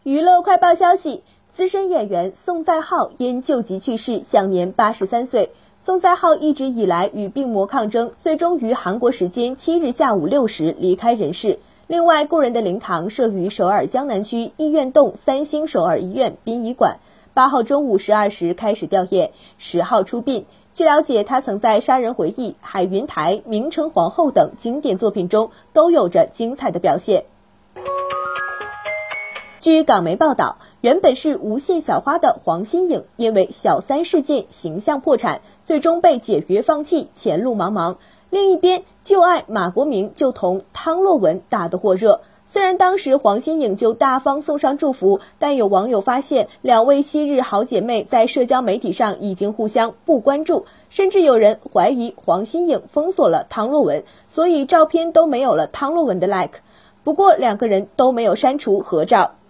娱乐快报消息，资深演员宋在浩因旧疾去世，享年83岁。宋在浩一直以来与病魔抗争，最终于韩国时间7日下午6时离开人世。另外，故人的灵堂设于首尔江南区医院洞3星首尔医院殡仪馆，8号中午12时开始吊唁，10号出殡。据了解，他曾在《杀人回忆》《海云台》《明成皇后》等经典作品中都有着精彩的表现。据港媒报道，原本是无限小花的黄心颖，因为小三事件形象破产，最终被解约放弃，前路茫茫。另一边，旧爱马国明就同汤洛雯打得火热。虽然当时黄心颖就大方送上祝福，但有网友发现两位昔日好姐妹在社交媒体上已经互相不关注，甚至有人怀疑黄心颖封锁了汤洛雯，所以照片都没有了汤洛雯的 like。不过两个人都没有删除合照。